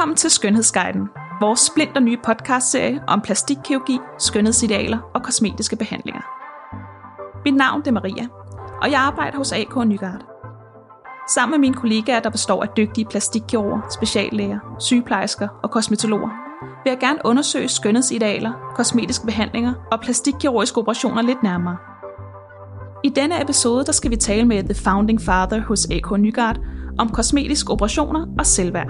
Velkommen til Skønhedsguiden, vores splinter nye podcastserie om plastikkirurgi, skønhedsidealer og kosmetiske behandlinger. Mit navn er Maria, og jeg arbejder hos AK Nygaard. Sammen med mine kollegaer, der består af dygtige plastikkirurger, speciallæger, sygeplejersker og kosmetologer, vil jeg gerne undersøge skønhedsidealer, kosmetiske behandlinger og plastikkirurgiske operationer lidt nærmere. I denne episode der skal vi tale med The Founding Father hos AK Nygaard om kosmetiske operationer og selvværd.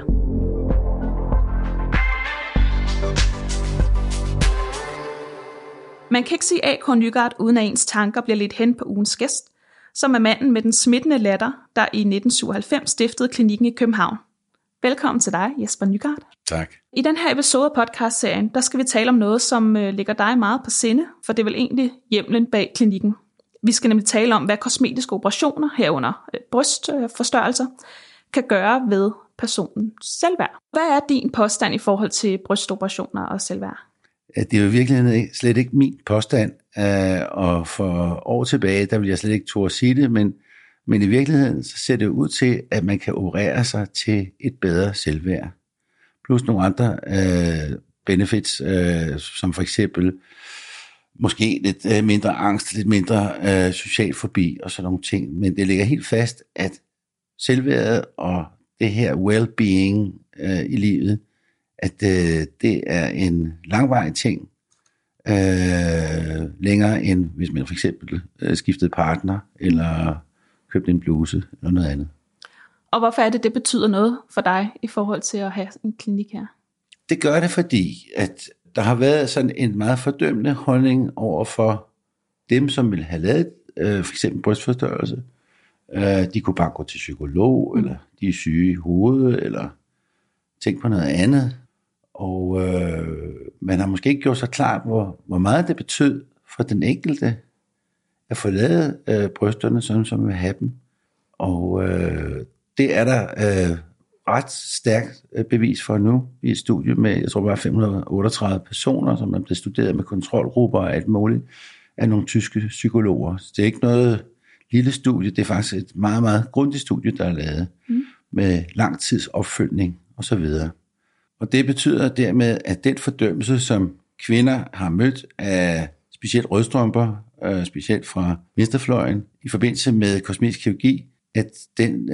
Man kan ikke sige AK Nygaard, uden at ens tanker bliver lidt hen på ugens gæst, som er manden med den smittende latter, der i 1997 stiftede klinikken i København. Velkommen til dig, Jesper Nygaard. Tak. I den her episode af podcastserien, der skal vi tale om noget, som ligger dig meget på sinde, for det er vel egentlig hjemlen bag klinikken. Vi skal nemlig tale om, hvad kosmetiske operationer, herunder brystforstørrelser, kan gøre ved personens selvværd. Hvad er din påstand i forhold til brystoperationer og selvværd? Det er jo virkelig slet ikke min påstand, og for år tilbage, der ville jeg slet ikke turde sige det, men i virkeligheden så ser det ud til, at man kan operere sig til et bedre selvværd. Plus nogle andre benefits, som for eksempel måske lidt mindre angst, lidt mindre social fobi og sådan nogle ting. Men det ligger helt fast, at selvværdet og det her well-being i livet, at det er en langvarig ting, længere end hvis man for eksempel skiftede partner, eller købte en bluse, eller noget andet. Og hvorfor er det betyder noget for dig, i forhold til at have en klinik her? Det gør det, fordi at der har været sådan en meget fordømmende holdning over for dem, som vil have lavet for eksempel brystforstørrelse. De kunne bare gå til psykolog, eller de er syge i hovedet, eller tænke på noget andet. Og man har måske ikke gjort sig klart, hvor meget det betød for den enkelte at få lavet brysterne, sådan som man vil have dem. Og det er der ret stærkt bevis for nu i et studie med, jeg tror bare 538 personer, som er blevet studeret med kontrolgrupper og alt muligt, af nogle tyske psykologer. Så det er ikke noget lille studie, det er faktisk et meget, meget grundigt studie, der er lavet, med lang tids opfølgning osv. Og det betyder dermed, at den fordømmelse, som kvinder har mødt af specielt rødstrømper, specielt fra venstrefløjen, i forbindelse med kosmetisk kirurgi, at den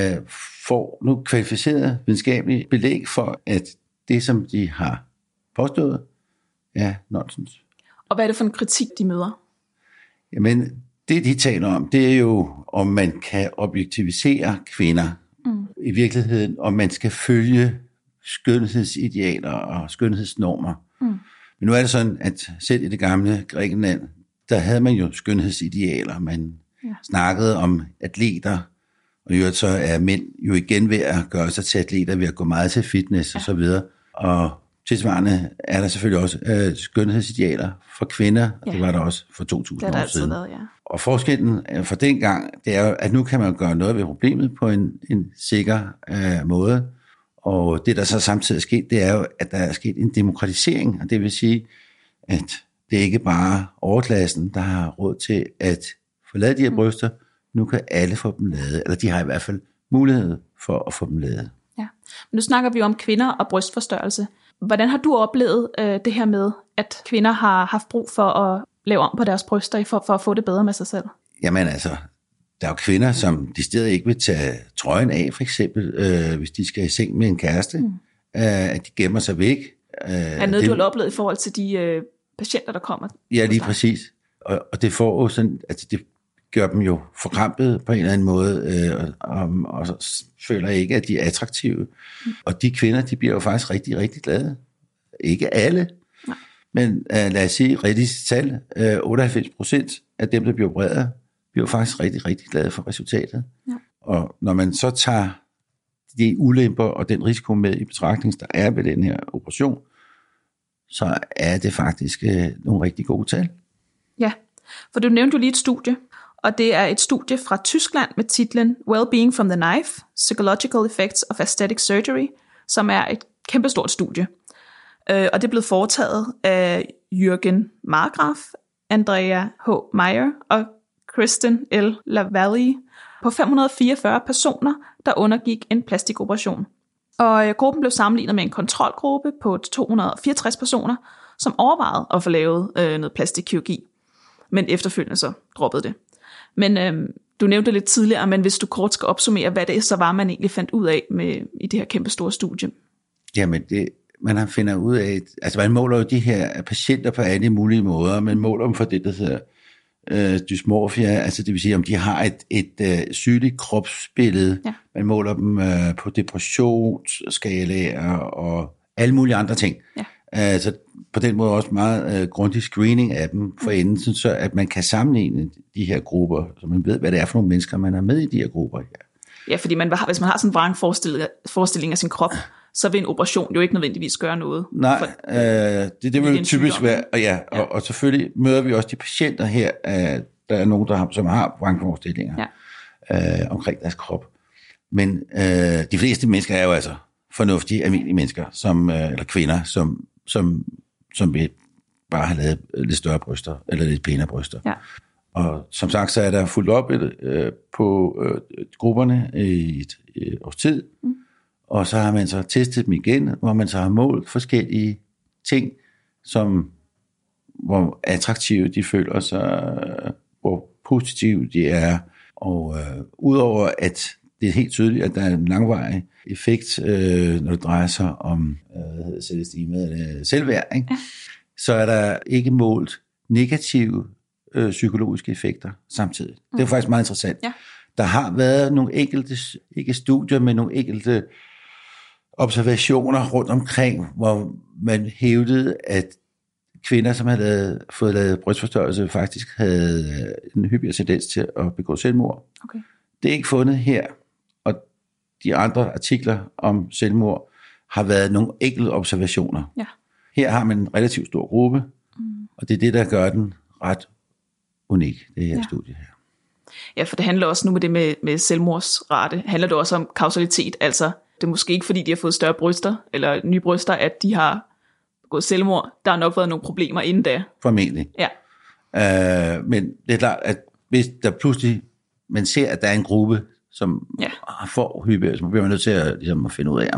får nu kvalificeret videnskabeligt belæg for, at det, som de har påstået, er nonsens. Og hvad er det for en kritik, de møder? Jamen, det de taler om, det er jo, om man kan objektivisere kvinder. I virkeligheden, om man skal følge skønhedsidealer og skønhedsnormer. Men nu er det sådan, at selv i det gamle Grækenland, der havde man jo skønhedsidealer. Man snakkede om atleter, og i øvrigt så er mænd jo igen ved at gøre sig til atleter ved at gå meget til fitness og så videre. Og tilsvarende er der selvfølgelig også skønhedsidealer for kvinder, og det var der også for 2000 år siden. Været, Og forskellen for dengang, det er jo, at nu kan man gøre noget ved problemet på en sikker måde. Og det, der så samtidig er sket, det er jo, at der er sket en demokratisering, og det vil sige, at det er ikke bare overklassen, der har råd til at få lavet de her bryster. Nu kan alle få dem lavet, eller de har i hvert fald mulighed for at få dem lavet. Ja. Men nu snakker vi om kvinder og brystforstørrelse. Hvordan har du oplevet det her med, at kvinder har haft brug for at lave om på deres bryster for at få det bedre med sig selv? Jamen altså, der er jo kvinder, som de steder ikke vil tage trøjen af, for eksempel, hvis de skal i seng med en kæreste, at de gemmer sig væk. Er noget, du har oplevet i forhold til de patienter, der kommer? Ja, lige præcis. Og det får jo sådan, altså det gør dem jo forkrampet på en eller anden måde, og så føler ikke, at de er attraktive. Og de kvinder, de bliver jo faktisk rigtig, rigtig glade. Ikke alle, men lad os sige, rigtig tal, 98% af dem, der bliver opereret, bliver jo faktisk rigtig, rigtig glade for resultatet. Ja. Og når man så tager de ulemper og den risiko med i betragtning, der er ved den her operation, så er det faktisk nogle rigtig gode tal. Ja, for du nævnte jo lige et studie, og det er et studie fra Tyskland med titlen Well-being from the Knife, Psychological Effects of Aesthetic Surgery, som er et kæmpestort studie. Og det er blevet foretaget af Jürgen Margraf, Andrea H. Meyer og Kristen L. Lavallee på 544 personer, der undergik en plastikoperation. Og gruppen blev sammenlignet med en kontrolgruppe på 264 personer, som overvejede at få lavet noget plastikkirurgi, men efterfølgende så droppede det. Men du nævnte lidt tidligere, men hvis du kort skal opsummere, hvad det så var, man egentlig fandt ud af i det her kæmpe store studie. Jamen, man finder ud af, altså man måler jo de her patienter på alle mulige måder. Man måler dem for det, der hedder dysmorfia, altså det vil sige, om de har et sygeligt kropsbillede. Ja. Man måler dem på depressionsskalaer og alle mulige andre ting. Ja. Altså på den måde også meget grundig screening af dem for enden, så at man kan sammenligne de her grupper, så man ved, hvad det er for nogle mennesker, man er med i de her grupper. Ja, fordi hvis man har sådan en vrangforestilling af sin krop, så vil en operation jo ikke nødvendigvis gøre noget. Nej, det vil typisk være, og selvfølgelig møder vi også de patienter her, der er nogen, som har vrangforestillinger omkring deres krop. Men de fleste mennesker er jo altså fornuftige, almindelige mennesker, eller kvinder, som vil bare have lavet lidt større bryster, eller lidt pænere bryster. Ja. Og som sagt, så er der fuldt op på grupperne i et års tid, og så har man så testet dem igen, hvor man så har målt forskellige ting, hvor attraktive de føler sig, hvor positive de er, og udover at det er helt tydeligt, at der er en langvarig effekt, når det drejer sig om selvestime eller selvværd, ikke? Ja. Så er der ikke målt negative psykologiske effekter samtidig. Det er faktisk meget interessant. Ja. Der har været nogle enkelte, ikke studier, men nogle enkelte observationer rundt omkring, hvor man hævdede, at kvinder, som havde fået lavet brystforstørrelse, faktisk havde en hyppigere tendens til at begå selvmord. Okay. Det er ikke fundet her, og de andre artikler om selvmord har været nogle enkelte observationer. Ja. Her har man en relativt stor gruppe, og det er det, der gør den ret unik, det her studie her. Ja, for det handler også nu med det med selvmordsrate, handler det også om kausalitet, altså det er måske ikke fordi, de har fået større bryster, eller nye bryster, at de har gået selvmord. Der har nok været nogle problemer inden da. Formentlig. Ja. Men det er klart, at hvis der pludselig, man ser, at der er en gruppe, som får hyppigere, så bliver man nødt til at finde ud af,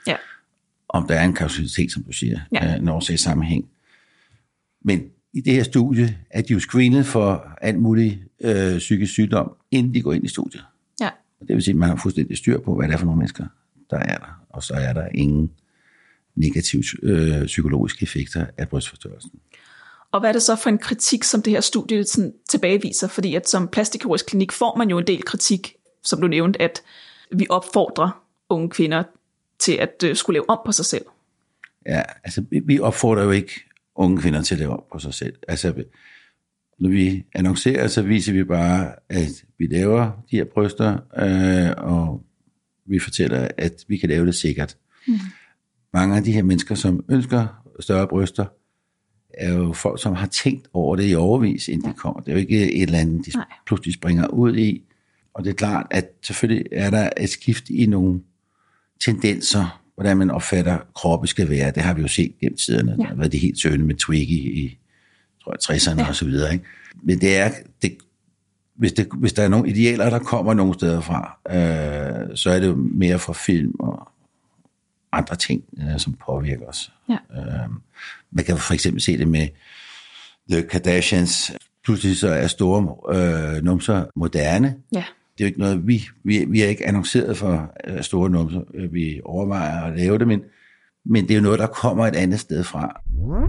om der er en kausalitet, som du siger, en årsagssammenhæng. Men i det her studie er de jo screenet for alt mulig psykisk sygdom, inden de går ind i studiet. Ja. Det vil sige, at man har fuldstændig styr på, hvad det er for nogle mennesker, der er der. Og så er der ingen negative psykologiske effekter af brystforstørrelsen. Og hvad er det så for en kritik, som det her studie sådan tilbageviser? Fordi at som plastikkirurgisk klinik får man jo en del kritik, som du nævnte, at vi opfordrer unge kvinder til at skulle lave om på sig selv. Ja, altså vi opfordrer jo ikke unge kvinder til at lave om på sig selv. Altså når vi annoncerer, så viser vi bare, at vi laver de her bryster, og vi fortæller, at vi kan lave det sikkert. Mange af de her mennesker, som ønsker større bryster, er jo folk, som har tænkt over det i årevis, inden de kommer. Det er jo ikke et eller andet, de pludselig springer ud i. Og det er klart, at selvfølgelig er der et skift i nogle tendenser, hvordan man opfatter kroppe skal være. Det har vi jo set gennem tiderne. Der har været det helt søgende med Twiggy i 60'erne og så videre. Ikke? Men hvis der er nogle idealer, der kommer nogle steder fra, så er det jo mere fra film og andre ting, som påvirker os. Ja. Man kan for eksempel se det med The Kardashians. Pludselig så er store numser moderne. Ja. Det er jo ikke noget, vi er ikke annonceret for store numser. Vi overvejer at lave det, men det er jo noget, der kommer et andet sted fra.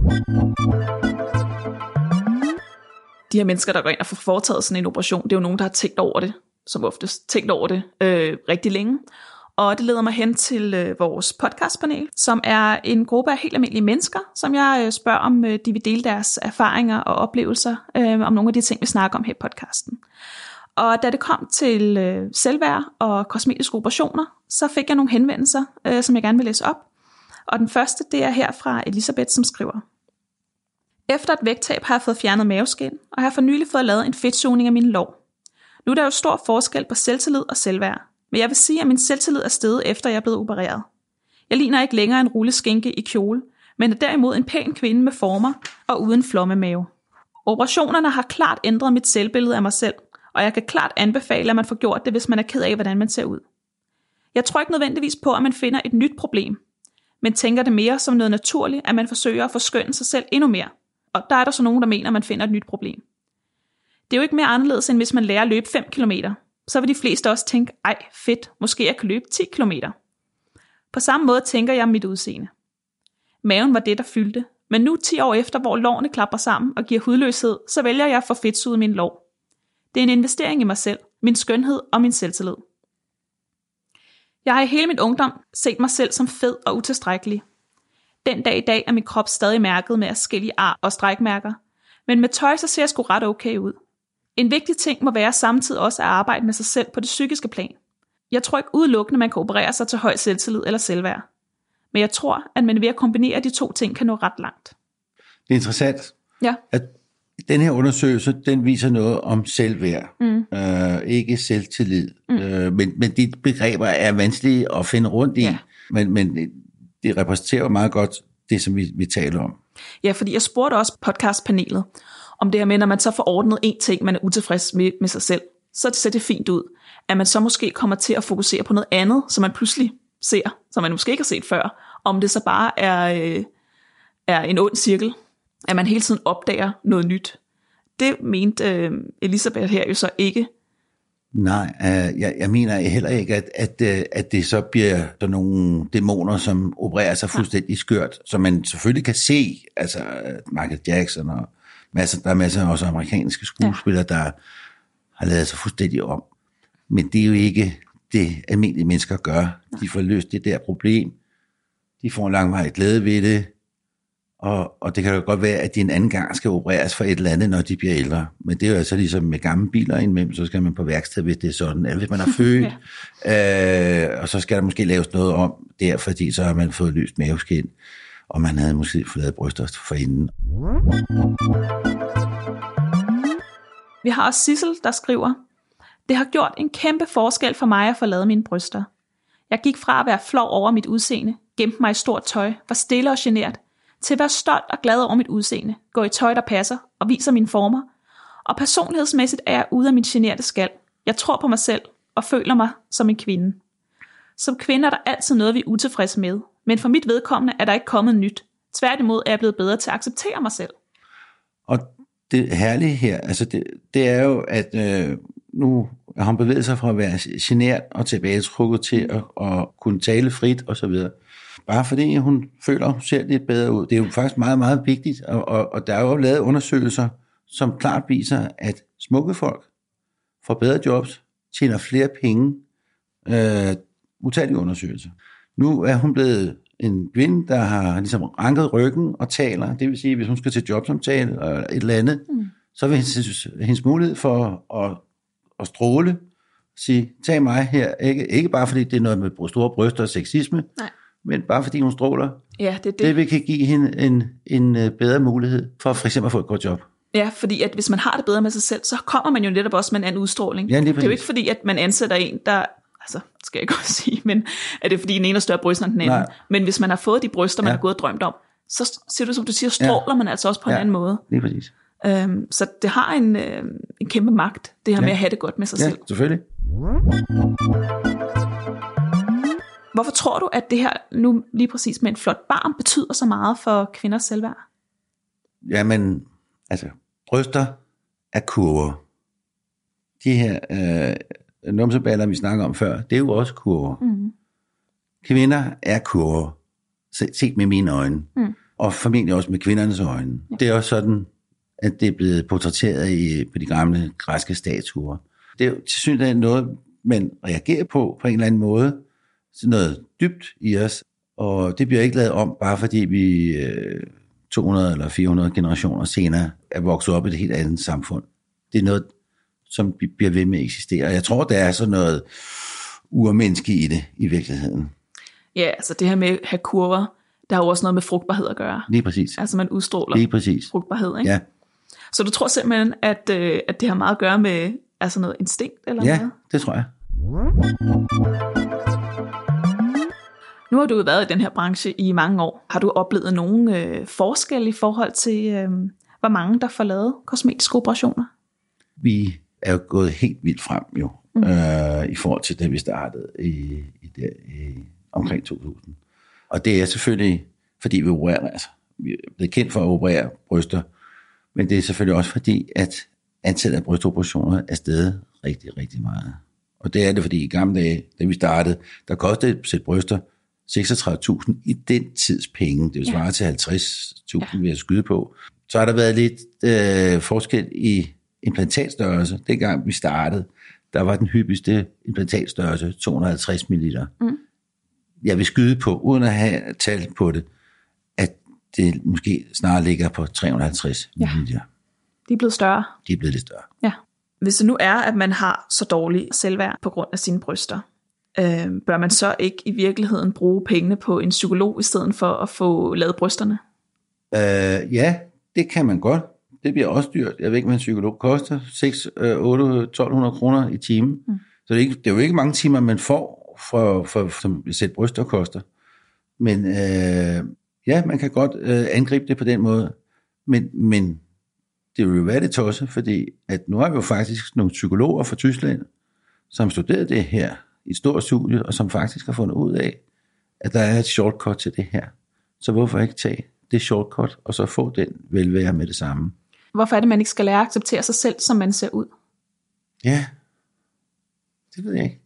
De her mennesker, der går ind og får foretaget sådan en operation, det er jo nogen, der har tænkt over det, som oftest tænkt over det rigtig længe. Og det leder mig hen til vores podcastpanel, som er en gruppe af helt almindelige mennesker, som jeg spørger, om de vil dele deres erfaringer og oplevelser om nogle af de ting, vi snakker om her i podcasten. Og da det kom til selvværd og kosmetiske operationer, så fik jeg nogle henvendelser, som jeg gerne vil læse op. Og den første, det er her fra Elisabeth, som skriver: Efter et vægttab har jeg fået fjernet maveskin, og jeg har for nylig fået lavet en fedtsugning af mine lår. Nu er der jo stor forskel på selvtillid og selvværd, men jeg vil sige, at min selvtillid er steget, efter jeg er blevet opereret. Jeg ligner ikke længere en rulleskinke i kjole, men er derimod en pæn kvinde med former og uden flommemave. Operationerne har klart ændret mit selvbillede af mig selv, og jeg kan klart anbefale, at man får gjort det, hvis man er ked af, hvordan man ser ud. Jeg tror ikke nødvendigvis på, at man finder et nyt problem, men tænker det mere som noget naturligt, at man forsøger at forskønne sig selv endnu mere. Og der er der så nogen, der mener, at man finder et nyt problem. Det er jo ikke mere anderledes, end hvis man lærer at løbe 5 km. Så vil de fleste også tænke, ej fedt, måske jeg kan løbe 10 km. På samme måde tænker jeg om mit udseende. Maven var det, der fyldte, men nu 10 år efter, hvor lårene klapper sammen og giver hudløshed, så vælger jeg at få fedtsuget min lår. Det er en investering i mig selv, min skønhed og min selvtillid. Jeg har i hele min ungdom set mig selv som fed og utilstrækkelig. Den dag i dag er min krop stadig mærket med forskellige ar og strækmærker, men med tøj så ser jeg sgu ret okay ud. En vigtig ting må være samtidig også at arbejde med sig selv på det psykiske plan. Jeg tror ikke udelukkende, man kan operere sig til høj selvtillid eller selvværd. Men jeg tror, at man ved at kombinere de to ting kan nå ret langt. Det er interessant, at den her undersøgelse, den viser noget om selvværd, ikke selvtillid. Men de begreber er vanskelige at finde rundt i, men det repræsenterer jo meget godt det, som vi taler om. Ja, fordi jeg spurgte også podcastpanelet, om det her med, når man så får ordnet en ting, man er utilfreds med sig selv, så ser det fint ud, at man så måske kommer til at fokusere på noget andet, som man pludselig ser, som man måske ikke har set før, om det så bare er en ond cirkel, at man hele tiden opdager noget nyt. Det mente Elisabeth her jo så ikke. Nej, jeg mener heller ikke, at det så bliver der nogle dæmoner, som opererer sig fuldstændig skørt, som man selvfølgelig kan se, altså Michael Jackson og der er masser af også amerikanske skuespillere, der har lavet sig fuldstændig om. Men det er jo ikke det, almindelige mennesker gør. De får løst det der problem. De får en langvarig glæde ved det. Og det kan jo godt være, at de en anden gang skal opereres for et eller andet, når de bliver ældre. Men det er jo altså ligesom med gamle biler indimellem, så skal man på værksted, hvis det er sådan. Eller hvis man er født, og så skal der måske laves noget om der, fordi så har man fået løst maveskin, og man havde måske fået lavet bryster forinden. Vi har også Sissel, der skriver, det har gjort en kæmpe forskel for mig at få lavet mine bryster. Jeg gik fra at være flov over mit udseende, gemte mig i stort tøj, var stille og genert, til at være stolt og glad over mit udseende, gå i tøj, der passer og viser mine former. Og personlighedsmæssigt er jeg ude af min generte skal. Jeg tror på mig selv og føler mig som en kvinde. Som kvinde er der altid noget, vi er utilfredse med, men for mit vedkommende er der ikke kommet nyt. Tværtimod er jeg blevet bedre til at acceptere mig selv. Og det herlige her, altså det er jo, at nu har hun bevæget sig fra at være genert og tilbagetrukket til at kunne tale frit og så videre. Bare fordi hun føler, at hun ser lidt bedre ud. Det er jo faktisk meget, meget vigtigt, og der er jo lavet undersøgelser, som klart viser, at smukke folk får bedre jobs, tjener flere penge, utallige undersøgelser. Nu er hun blevet en kvinde, der har ligesom ranket ryggen og taler, det vil sige, hvis hun skal til jobsamtale eller et eller andet, så vil hendes mulighed for at stråle, sige, tag mig her, ikke bare fordi det er noget med store bryster og sexisme, nej, men bare fordi hun stråler. Ja, det vil kan give hende en bedre mulighed for eksempel at få et godt job. Ja, fordi at hvis man har det bedre med sig selv, så kommer man jo netop også med en anden udstråling. Ja, det er jo ikke fordi, at man ansætter en, der, altså skal jeg godt sige, men er det fordi den ene er større bryster end den anden. Nej. Men hvis man har fået de bryster, man har gået og drømt om, så ser du, som du siger, stråler man altså også på en anden måde. Lige præcis. Så det har en kæmpe magt, det her med at have det godt med sig selv. Ja, selvfølgelig. Hvorfor tror du, at det her nu lige præcis med en flot barm betyder så meget for kvinders selvværd? Jamen, altså, bryster er kurver. De her numseballer, vi snakker om før, det er jo også kurver. Mm. Kvinder er kurver, set med mine øjne, og formentlig også med kvindernes øjne. Ja. Det er også sådan, at det er blevet portrætteret på de gamle græske statuer. Det er jo tilsyneladende noget, man reagerer på en eller anden måde, sådan noget dybt i os, og det bliver ikke lavet om, bare fordi vi 200 eller 400 generationer senere er vokset op i et helt andet samfund. Det er noget, som bliver ved med at eksistere. Og jeg tror, der er sådan noget urmenneske i det, i virkeligheden. Ja, altså det her med at have kurver, der har jo også noget med frugtbarhed at gøre. Lige præcis. Altså man udstråler frugtbarhed, ikke? Ja. Så du tror simpelthen, at det har meget at gøre med altså noget instinkt eller noget? Ja, det tror jeg. Nu har du været i den her branche i mange år. Har du oplevet nogen forskel i forhold til, hvor mange der får lavet kosmetiske operationer? Vi er jo gået helt vildt frem jo. i forhold til, da vi startede i omkring 2000. Og det er selvfølgelig, fordi vi opererer, altså. Vi er blevet kendt for at operere bryster, men det er selvfølgelig også fordi, at antallet af brystoperationer er steget rigtig, rigtig meget. Og det er det, fordi i gamle dage, da vi startede, der kostede et sæt bryster 36.000 i den tids penge. Det vil svare til 50.000, vil jeg skyde på. Så har der været lidt forskel i implantatstørrelse. Dengang vi startede, der var den hyppigste implantatstørrelse 250 ml. Jeg vil skyde på, uden at have tal på det, at det måske snart ligger på 350 ml. De er blevet større. De er blevet lidt større. Ja. Hvis det nu er, at man har så dårlig selvværd på grund af sine bryster, bør man så ikke i virkeligheden bruge pengene på en psykolog, i stedet for at få lavet brysterne? Ja, det kan man godt. Det bliver også dyrt. Jeg ved ikke, hvad en psykolog koster. 1.200 kroner i timen. Så det er jo ikke mange timer, man får, som et sæt bryster koster. Men ja, man kan godt angribe det på den måde. Men det vil jo være det tosse, fordi at nu har vi jo faktisk nogle psykologer fra Tyskland, som studerede det her i et stort studie, og som faktisk har fundet ud af, at der er et shortcut til det her. Så hvorfor ikke tage det shortcut, og så få den velvære med det samme? Hvorfor er det, man ikke skal lære at acceptere sig selv, som man ser ud? Ja, det ved jeg ikke.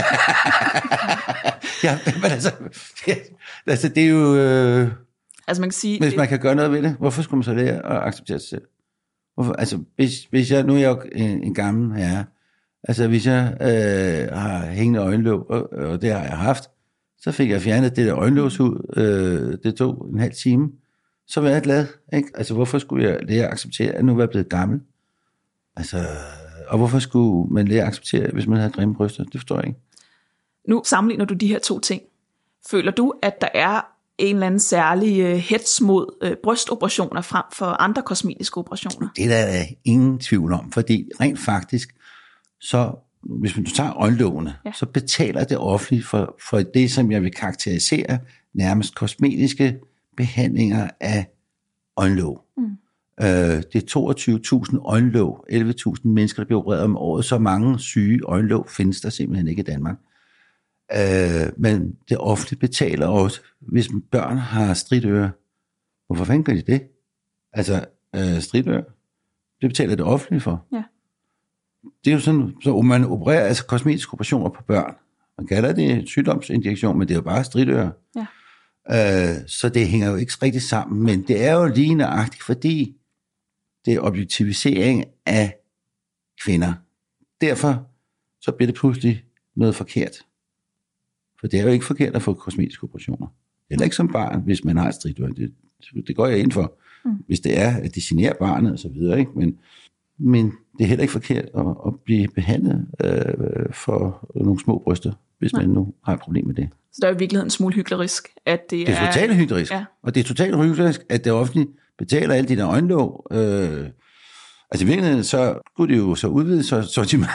Ja, men altså det er jo... Altså man kan sige... Hvis man kan gøre noget ved det, hvorfor skulle man så lære at acceptere sig selv? Hvorfor? Altså, hvis jeg... Nu er jeg jo en gammel herre. Altså, hvis jeg har hængende øjenlåg, og det har jeg haft, så fik jeg fjernet det der øjenlågshud. Det tog en halv time. Så var jeg glad, ikke? Altså, hvorfor skulle jeg lære at acceptere, at nu var jeg blevet gammel? Altså, og hvorfor skulle man lære at acceptere, hvis man havde grimme bryster? Det forstår jeg ikke. Nu sammenligner du de her to ting. Føler du, at der er en eller anden særlig hets mod brystoperationer frem for andre kosmetiske operationer? Det er der ingen tvivl om, fordi rent faktisk, så hvis man tager øjenlågene, så betaler det offentligt for det, som jeg vil karakterisere nærmest kosmetiske behandlinger af øjenlåg. Det er 22.000 øjenlåg, 11.000 mennesker, der bliver opereret om året. Så mange syge øjenlåg findes der simpelthen ikke i Danmark. Men det offentligt betaler også, hvis børn har stritører. Hvorfor fanden gør de det? Altså, stritører, det betaler det offentligt for. Ja. Det er jo sådan, så man opererer altså kosmetiske operationer på børn. Man kalder det sygdomsinjektion, men det er jo bare stritører. Ja. Så det hænger jo ikke rigtig sammen, men det er jo lige nøjagtigt, fordi det er objektivisering af kvinder. Derfor så bliver det pludselig noget forkert. For det er jo ikke forkert at få kosmetiske operationer. Heller ikke som barn, hvis man har et stritør. Det går jeg ind for. Hvis det er, at det generer barnet og så videre. Ikke? Men det er heller ikke forkert at blive behandlet for nogle små bryster, hvis man nu har et problem med det. Så der er i virkeligheden en smule hyklerisk, at det er totalt hyklerisk. Ja. Og det er totalt hyklerisk, at det offentligt betaler alle de der øjenlåg. Altså i virkeligheden, så skulle det jo så udvide sortiment.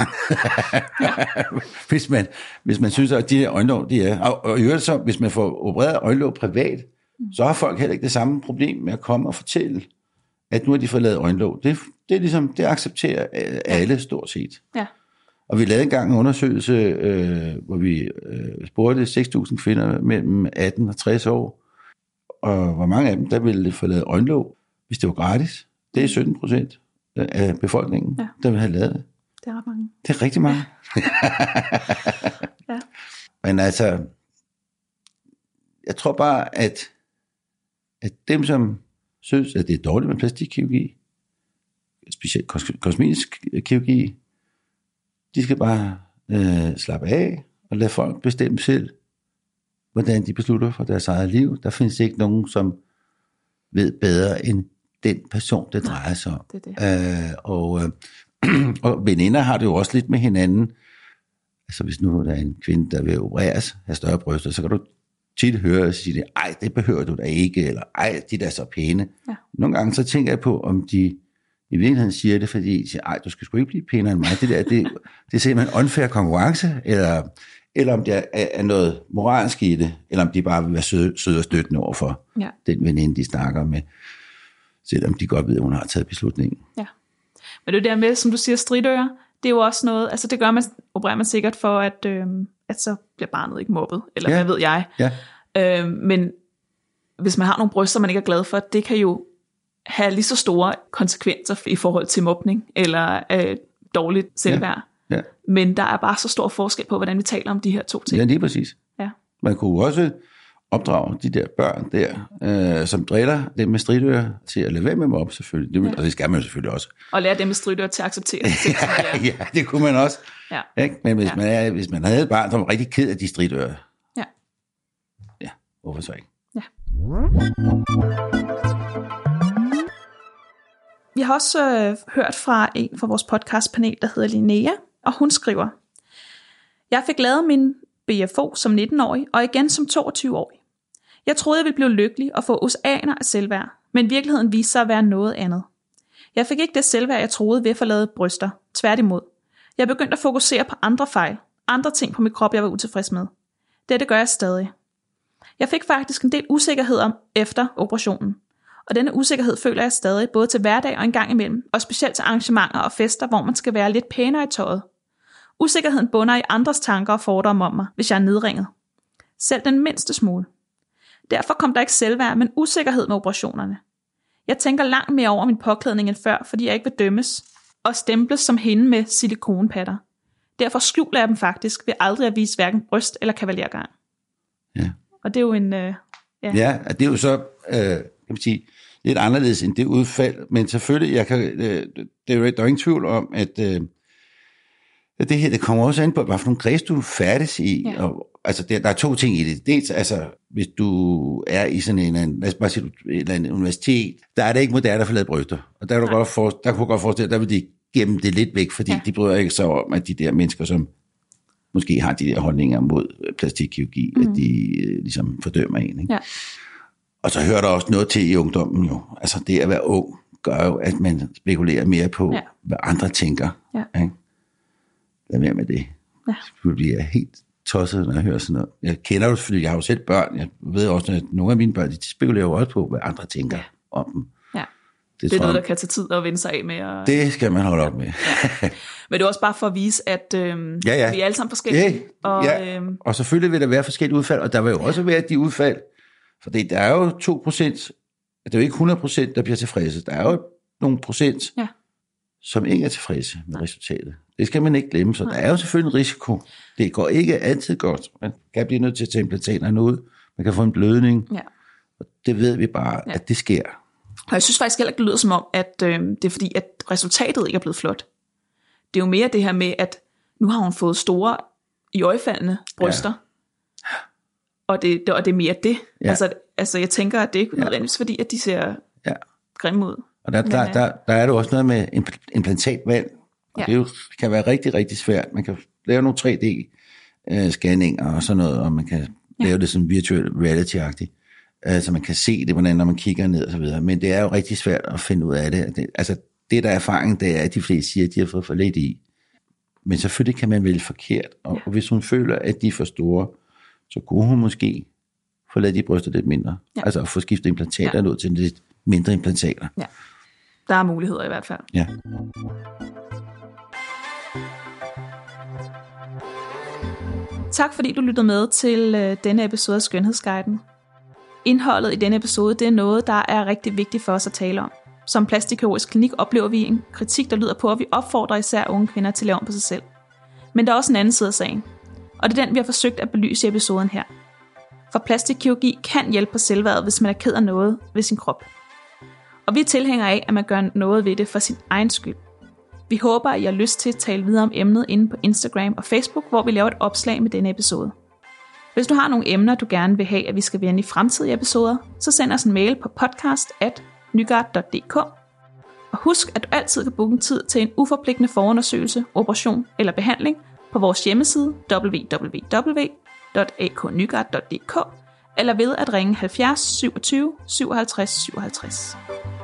hvis man synes, at de her øjenlåg, de er... Og i øvrigt så, hvis man får opereret øjenlåg privat, så har folk heller ikke det samme problem med at komme og fortælle, at nu har de fået lavet øjenlåg. Det er ligesom, det accepterer alle stort set. Ja. Og vi lavede engang en undersøgelse, hvor vi spurgte 6.000 kvinder mellem 18 og 60 år, og hvor mange af dem, der ville få lavet øjenlåg, hvis det var gratis. Det er 17% af befolkningen, der vil have lavet det. Det er ret mange. Det er rigtig mange. Ja. Men altså, jeg tror bare, at dem, som synes, at det er dårligt med plastikkirurgi, specielt kosmetisk kirurgi, de skal bare slappe af og lade folk bestemme selv, hvordan de beslutter for deres eget liv. Der findes ikke nogen, som ved bedre end den person, det drejer sig om. Det er det. Og veninder har det jo også lidt med hinanden. Altså hvis nu der er en kvinde, der vil opereres, have større bryster, så kan du tit høre og sige, ej, det behøver du da ikke, eller ej, de der er så pæne. Ja. Nogle gange så tænker jeg på, om de i virkeligheden siger det, fordi de siger, ej, du skal sgu ikke blive pænere end mig. Det er simpelthen unfair konkurrence, eller om der er noget moralsk i det, eller om de bare vil være søde og støttende over for den veninde, de snakker med, selvom de godt ved, at hun har taget beslutningen. Ja. Men det der med, som du siger, stritører, det er jo også noget, altså det gør man, opererer man sikkert for, at så bliver barnet ikke mobbet, eller hvad ved jeg. Ja. Men hvis man har nogle bryster, man ikke er glad for, det kan jo have lige så store konsekvenser i forhold til mobning, eller dårligt selvværd. Ja. Men der er bare så stor forskel på, hvordan vi taler om de her to ting. Ja, lige præcis. Ja. Man kunne også opdrage de der børn der, som driller dem med stridører, til at lade være med mobbe selvfølgelig. Og det skal man jo selvfølgelig også. Og lære dem med stridører til at acceptere det. Ja, det kunne man også. Ja. Ikke? Men hvis man havde et barn, der var rigtig ked af de stridører, ja, hvorfor så ikke? Ja. Vi har også hørt fra en fra vores podcastpanel, der hedder Linnea, og hun skriver: Jeg fik lavet min BFO som 19-årig, og igen som 22-årig. Jeg troede, jeg ville blive lykkelig og få oceaner af selvværd, men virkeligheden viste sig at være noget andet. Jeg fik ikke det selvværd, jeg troede ved at få lavet bryster. Tværtimod. Jeg begyndte at fokusere på andre fejl, andre ting på min krop, jeg var utilfreds med. Dette gør jeg stadig. Jeg fik faktisk en del usikkerhed om efter operationen. Og denne usikkerhed føler jeg stadig, både til hverdag og en gang imellem, og specielt til arrangementer og fester, hvor man skal være lidt pænere i tøjet. Usikkerheden bunder i andres tanker og fordomme om mig, hvis jeg er nedringet. Selv den mindste smule. Derfor kom der ikke selvværd, men usikkerhed med operationerne. Jeg tænker langt mere over min påklædning end før, fordi jeg ikke vil dømmes og stemples som hende med silikonpatter. Derfor skjuler jeg dem faktisk ved aldrig at vise hverken bryst eller kavalergang. Ja. Og det er jo en... Ja, det er jo så, kan man sige, lidt anderledes end det udfald, men selvfølgelig, der er jo ingen tvivl om, at det her, det kommer også an på, hvad for nogle kreds du færdes i. Ja. Og, altså, der er to ting i det. Dels, altså, hvis du er i sådan en, lad os bare sige, en universitet, der er det ikke moderne at få lavet bryster. Og der kunne du godt forestille, der vil de gemme det lidt væk, fordi de bryder ikke så om, at de der mennesker, som måske har de der holdninger mod plastikkirurgi, at de ligesom fordømmer en. Ikke? Ja. Og så hører der også noget til i ungdommen jo. Altså det at være ung, gør jo, at man spekulerer mere på, hvad andre tænker. Ja. Ikke? Lad være med det. Ja. Det bliver helt tosset, når jeg hører sådan noget. Jeg kender jo selvfølgelig, jeg har jo selv børn. Jeg ved også, at nogle af mine børn, de spekulerer jo også på, hvad andre tænker om dem. Ja. Det er noget, der kan tage tid at vende sig af med. Og... Det skal man holde op med. Ja. Men det er også bare for at vise, at vi er alle sammen forskellige. Og selvfølgelig vil der være forskellige udfald, og der vil jo også være de udfald, for der er jo 2%, det er jo ikke 100%, der bliver tilfredse. Der er jo nogle procent, som ikke er tilfredse med resultatet. Det skal man ikke glemme, så der er jo selvfølgelig en risiko. Det går ikke altid godt. Man kan blive nødt til at tage implantaterne ud, man kan få en blødning, og det ved vi bare, at det sker. Og jeg synes faktisk heller ikke, det lyder som om, at det er fordi, at resultatet ikke er blevet flot. Det er jo mere det her med, at nu har hun fået store, iøjefaldende bryster, og det er mere det. Ja. Altså jeg tænker, at det ikke er nødvendigvis, fordi at de ser grimme ud. Og der er det også noget med implantatvalg, og det jo kan være rigtig, rigtig svært. Man kan lave nogle 3D-scanninger og sådan noget, og man kan lave det som virtual reality-agtigt. Så man kan se det, hvordan når man kigger ned og så videre. Men det er jo rigtig svært at finde ud af det. Altså det der er erfaring, det er, at de fleste siger, at de har fået for lidt i. Men selvfølgelig kan man vælge forkert. Og hvis hun føler, at de er for store, så kunne hun måske få lavet de bryster lidt mindre. Ja. Altså at få skiftet implantaterne ud til lidt mindre implantater. Ja. Der er muligheder i hvert fald. Ja. Tak fordi du lyttede med til denne episode af Skønhedsguiden. Indholdet i denne episode, det er noget, der er rigtig vigtigt for os at tale om. Som plastikkirurgisk klinik oplever vi en kritik, der lyder på, at vi opfordrer især unge kvinder til at lave om på sig selv. Men der er også en anden side af sagen. Og det er den, vi har forsøgt at belyse i episoden her. For plastikkirurgi kan hjælpe på selvværdet, hvis man er ked af noget ved sin krop. Og vi er tilhængere af, at man gør noget ved det for sin egen skyld. Vi håber, at I har lyst til at tale videre om emnet inde på Instagram og Facebook, hvor vi laver et opslag med denne episode. Hvis du har nogle emner, du gerne vil have, at vi skal vende i fremtidige episoder, så send os en mail på podcast@nygaard.dk. Og husk, at du altid kan booke en tid til en uforpligtende forundersøgelse, operation eller behandling på vores hjemmeside www.aknygaard.dk eller ved at ringe 70 27 57 57.